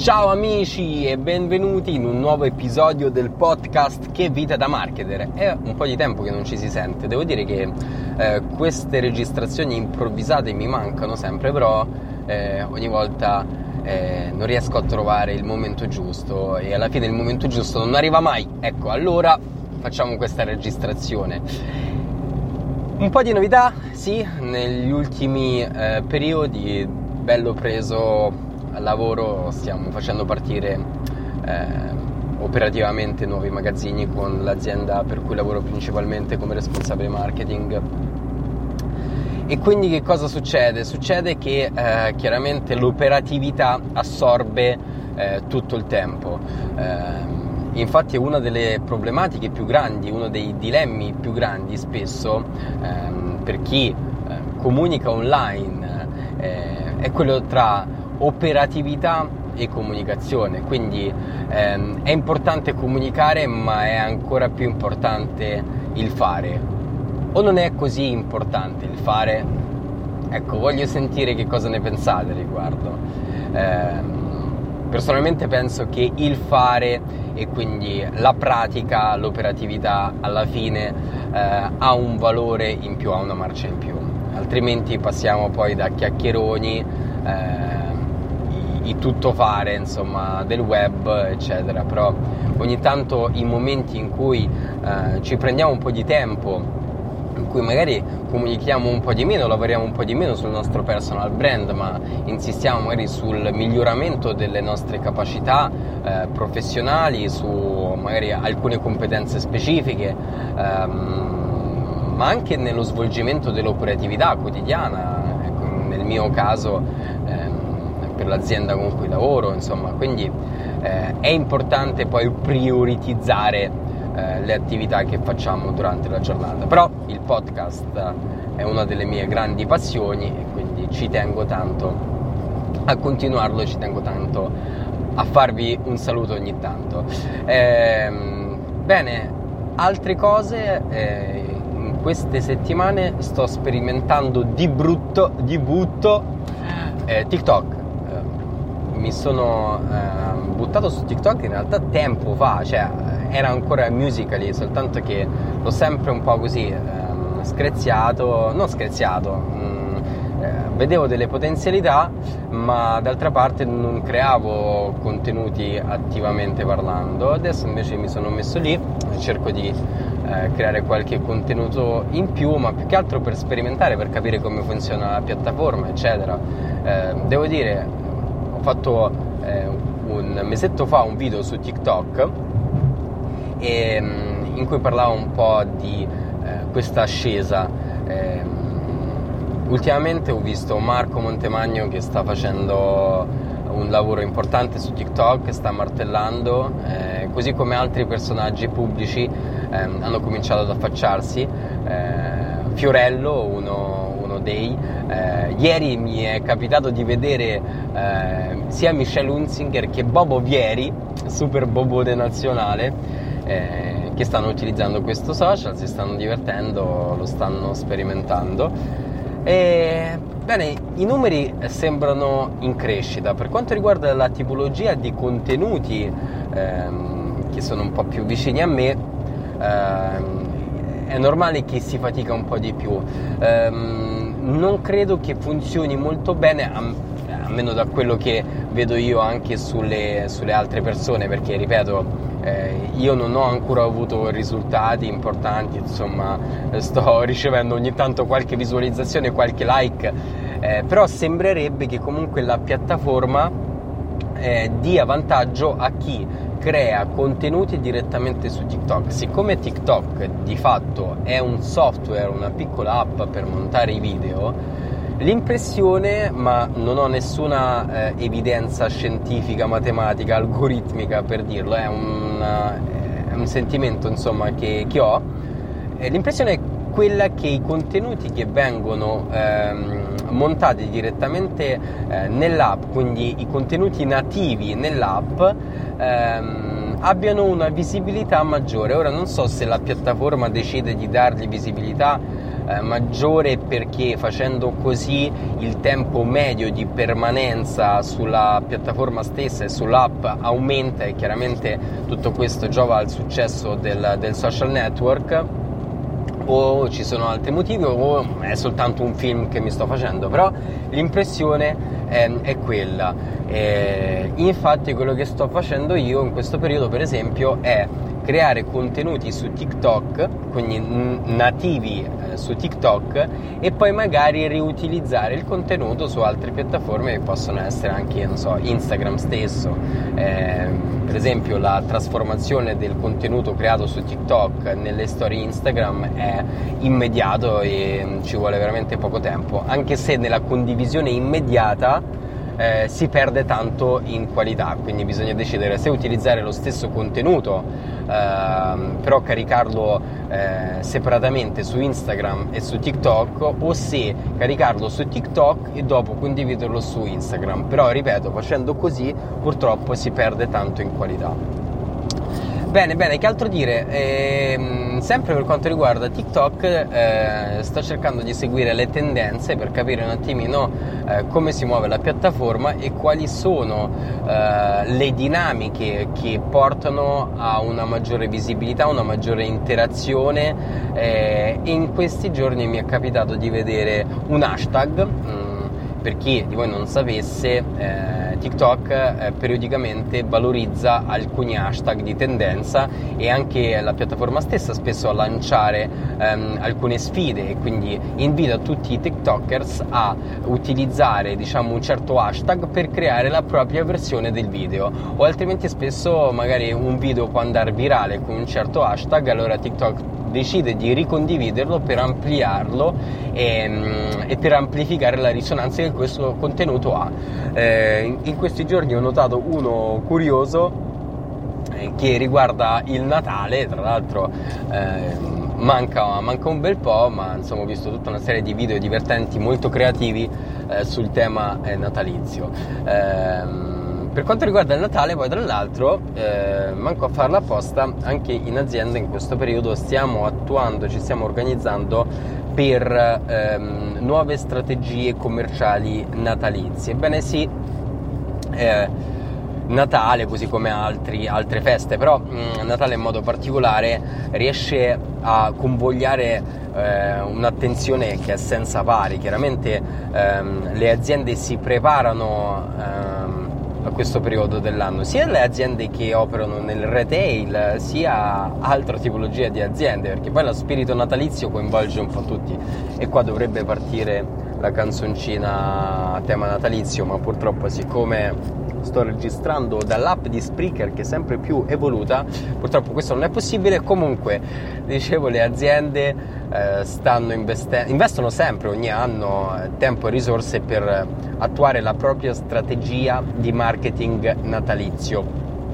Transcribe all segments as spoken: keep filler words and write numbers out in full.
Ciao amici e benvenuti in un nuovo episodio del podcast Che vita da marketer. È un po' di tempo che non ci si sente, devo dire che eh, queste registrazioni improvvisate mi mancano sempre, però eh, ogni volta eh, non riesco a trovare il momento giusto e alla fine il momento giusto non arriva mai. Ecco, allora facciamo questa registrazione. Un po' di novità, sì, negli ultimi eh, periodi, bello preso al lavoro, stiamo facendo partire eh, operativamente nuovi magazzini con l'azienda per cui lavoro principalmente come responsabile marketing. E quindi che cosa succede? Succede che eh, chiaramente l'operatività assorbe eh, tutto il tempo. Eh, infatti è una delle problematiche più grandi, uno dei dilemmi più grandi spesso ehm, per chi eh, comunica online eh, è quello tra operatività e comunicazione. Quindi ehm, è importante comunicare, ma è ancora più importante il fare. O non è così importante il fare? Ecco, voglio sentire che cosa ne pensate a riguardo. Ehm, personalmente penso che il fare e quindi la pratica, l'operatività alla fine eh, ha un valore in più, ha una marcia in più. Altrimenti passiamo poi da chiacchieroni, eh, i tuttofare insomma del web eccetera. Però ogni tanto i momenti in cui eh, ci prendiamo un po' di tempo, in cui magari comunichiamo un po' di meno, lavoriamo un po' di meno sul nostro personal brand, ma insistiamo magari sul miglioramento delle nostre capacità eh, professionali, su magari alcune competenze specifiche, ehm, ma anche nello svolgimento dell'operatività quotidiana, ecco, nel mio caso ehm, per l'azienda con cui lavoro, insomma. Quindi eh, è importante poi prioritizzare eh, le attività che facciamo durante la giornata. Però il podcast è una delle mie grandi passioni e quindi ci tengo tanto a continuarlo, ci tengo tanto a farvi un saluto ogni tanto. Eh, bene, altre cose, eh, in queste settimane sto sperimentando di brutto, di butto eh, TikTok. Mi sono eh, buttato su TikTok in realtà tempo fa, cioè era ancora Musical.ly, soltanto che l'ho sempre un po' così eh, screziato, non screziato, mh, eh, vedevo delle potenzialità, ma d'altra parte non creavo contenuti attivamente parlando. Adesso invece mi sono messo lì, cerco di eh, creare qualche contenuto in più, ma più che altro per sperimentare, per capire come funziona la piattaforma, eccetera. Eh, devo dire, ho fatto eh, un mesetto fa un video su TikTok e, um, in cui parlavo un po' di eh, questa ascesa. Eh, ultimamente ho visto Marco Montemagno che sta facendo un lavoro importante su TikTok, sta martellando, eh, così come altri personaggi pubblici eh, hanno cominciato ad affacciarsi. eh, Fiorello, uno dei eh, ieri mi è capitato di vedere eh, sia Michelle Hunziker che Bobo Vieri, super bobode nazionale, eh, che stanno utilizzando questo social, si stanno divertendo, lo stanno sperimentando. E bene, i numeri sembrano in crescita. Per quanto riguarda la tipologia di contenuti ehm, che sono un po' più vicini a me, ehm, è normale che si fatica un po' di più. ehm, Non credo che funzioni molto bene, a, a meno da quello che vedo io anche sulle, sulle altre persone, perché ripeto, eh, io non ho ancora avuto risultati importanti, insomma, sto ricevendo ogni tanto qualche visualizzazione, qualche like, eh, però sembrerebbe che comunque la piattaforma eh, dia vantaggio a chi crea contenuti direttamente su TikTok. Siccome TikTok di fatto è un software, una piccola app per montare i video, l'impressione, ma non ho nessuna eh, evidenza scientifica, matematica, algoritmica per dirlo, è un, è un sentimento insomma che, che ho, e l'impressione è quella che i contenuti che vengono ehm, montati direttamente eh, nell'app, quindi i contenuti nativi nell'app ehm, abbiano una visibilità maggiore. Ora non so se la piattaforma decide di dargli visibilità eh, maggiore perché facendo così il tempo medio di permanenza sulla piattaforma stessa e sull'app aumenta, e chiaramente tutto questo giova al successo del, del social network, o ci sono altri motivi, o è soltanto un film che mi sto facendo, però l'impressione è, è quella. E infatti quello che sto facendo io in questo periodo, per esempio, è creare contenuti su TikTok, quindi nativi eh, su TikTok, e poi magari riutilizzare il contenuto su altre piattaforme che possono essere anche, non so, Instagram stesso. Eh, per esempio la trasformazione del contenuto creato su TikTok nelle storie Instagram è immediato e ci vuole veramente poco tempo, anche se nella condivisione immediata Eh, si perde tanto in qualità, quindi bisogna decidere se utilizzare lo stesso contenuto eh, però caricarlo eh, separatamente su Instagram e su TikTok, o se caricarlo su TikTok e dopo condividerlo su Instagram. Però ripeto, facendo così purtroppo si perde tanto in qualità. Bene, bene, che altro dire? Ehm, sempre per quanto riguarda TikTok, eh, sto cercando di seguire le tendenze per capire un attimino eh, come si muove la piattaforma e quali sono eh, le dinamiche che portano a una maggiore visibilità, una maggiore interazione. Eh, e in questi giorni mi è capitato di vedere un hashtag. Mh, per chi di voi non sapesse, eh, TikTok eh, periodicamente valorizza alcuni hashtag di tendenza, e anche la piattaforma stessa spesso a lanciare ehm, alcune sfide, e quindi invita tutti i TikTokers a utilizzare, diciamo, un certo hashtag per creare la propria versione del video, o altrimenti spesso magari un video può andare virale con un certo hashtag, allora TikTok decide di ricondividerlo per ampliarlo e, e per amplificare la risonanza che questo contenuto ha. Eh, in, in questi giorni ho notato uno curioso eh, che riguarda il Natale, tra l'altro eh, manca, manca un bel po', ma insomma ho visto tutta una serie di video divertenti molto creativi eh, sul tema eh, natalizio. Eh, Per quanto riguarda il Natale, poi tra l'altro, eh, manco a farla apposta, anche in azienda in questo periodo stiamo attuando, ci stiamo organizzando per ehm, nuove strategie commerciali natalizie. Ebbene sì, eh, Natale, così come altri, altre feste, però mh, Natale in modo particolare riesce a convogliare eh, un'attenzione che è senza pari. Chiaramente ehm, le aziende si preparano ehm, a questo periodo dell'anno, sia le aziende che operano nel retail, sia altra tipologia di aziende, perché poi lo spirito natalizio coinvolge un po' tutti, e qua dovrebbe partire la canzoncina a tema natalizio, ma purtroppo, siccome sto registrando dall'app di Spreaker, che è sempre più evoluta, purtroppo questo non è possibile. Comunque, dicevo, le aziende eh, stanno investe- investono sempre, ogni anno, tempo e risorse per attuare la propria strategia di marketing natalizio,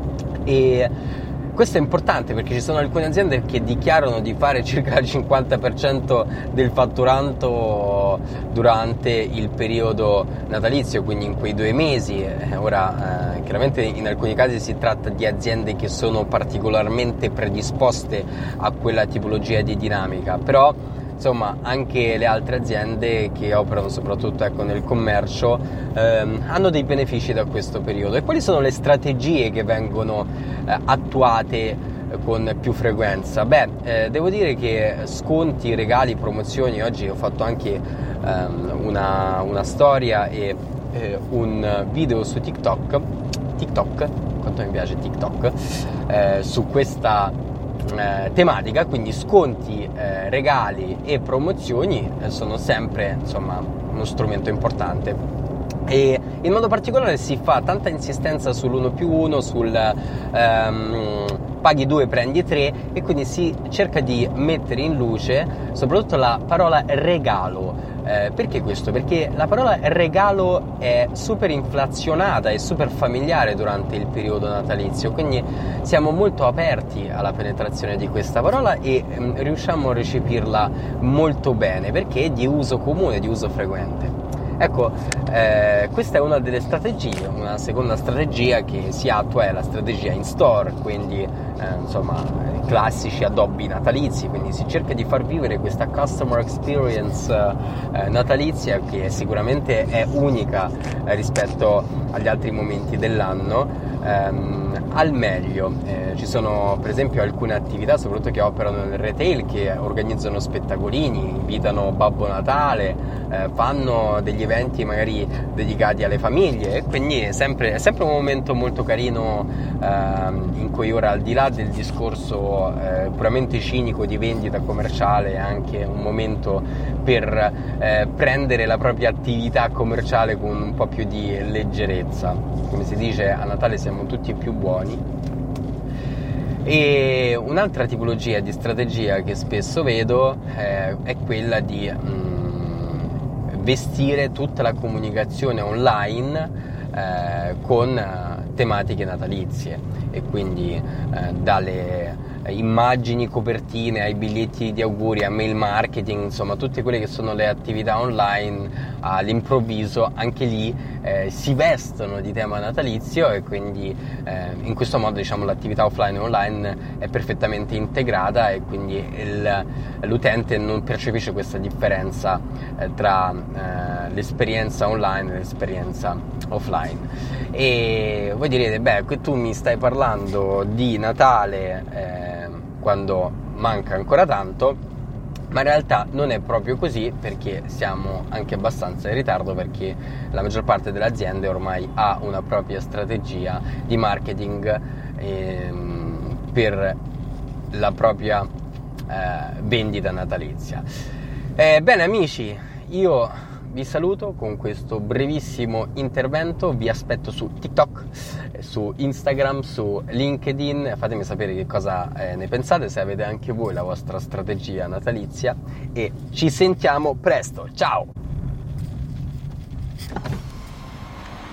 e questo è importante perché ci sono alcune aziende che dichiarano di fare circa il cinquanta per cento del fatturato durante il periodo natalizio, quindi in quei due mesi. Ora, eh, chiaramente in alcuni casi si tratta di aziende che sono particolarmente predisposte a quella tipologia di dinamica, però insomma anche le altre aziende che operano soprattutto, ecco, nel commercio ehm, hanno dei benefici da questo periodo. E quali sono le strategie che vengono eh, attuate eh, con più frequenza? Beh, eh, devo dire che sconti, regali, promozioni, oggi ho fatto anche ehm, una, una storia e eh, un video su TikTok TikTok, quanto mi piace TikTok, eh, su questa Eh, tematica, quindi sconti, eh, regali e promozioni eh, sono sempre, insomma, uno strumento importante, e in modo particolare si fa tanta insistenza sull'uno più uno, sul ehm, paghi due prendi tre, e quindi si cerca di mettere in luce soprattutto la parola regalo. Eh, perché questo? Perché la parola regalo è super inflazionata e super familiare durante il periodo natalizio, quindi siamo molto aperti alla penetrazione di questa parola e ehm, riusciamo a recepirla molto bene perché è di uso comune, di uso frequente. Ecco, eh, questa è una delle strategie. Una seconda strategia che si attua è la strategia in store, quindi eh, insomma i classici addobbi natalizi, quindi si cerca di far vivere questa customer experience eh, natalizia che sicuramente è unica eh, rispetto agli altri momenti dell'anno, ehm, al meglio. Eh, ci sono per esempio alcune attività, soprattutto che operano nel retail, che organizzano spettacolini, invitano Babbo Natale, eh, fanno degli eventi magari dedicati alle famiglie, e quindi è sempre, è sempre un momento molto carino ehm, in cui ora, al di là del discorso eh, puramente cinico di vendita commerciale, è anche un momento per eh, prendere la propria attività commerciale con un po' più di leggerezza. Come si dice, a Natale siamo tutti più buoni. E un'altra tipologia di strategia che spesso vedo eh, è quella di mh, vestire tutta la comunicazione online eh, con eh, tematiche natalizie, e quindi eh, dalle immagini, copertine, ai biglietti di auguri, a mail marketing, insomma tutte quelle che sono le attività online all'improvviso, anche lì eh, si vestono di tema natalizio, e quindi eh, in questo modo, diciamo, l'attività offline e online è perfettamente integrata, e quindi il, l'utente non percepisce questa differenza eh, tra eh, l'esperienza online e l'esperienza offline. E voi direte, beh, tu mi stai parlando di Natale eh, quando manca ancora tanto, ma in realtà non è proprio così, perché siamo anche abbastanza in ritardo, perché la maggior parte delle aziende ormai ha una propria strategia di marketing ehm, per la propria eh, vendita natalizia. Eh, bene amici, io vi saluto con questo brevissimo intervento, vi aspetto su TikTok, su Instagram, su LinkedIn, fatemi sapere che cosa eh, ne pensate, se avete anche voi la vostra strategia natalizia, e ci sentiamo presto, ciao!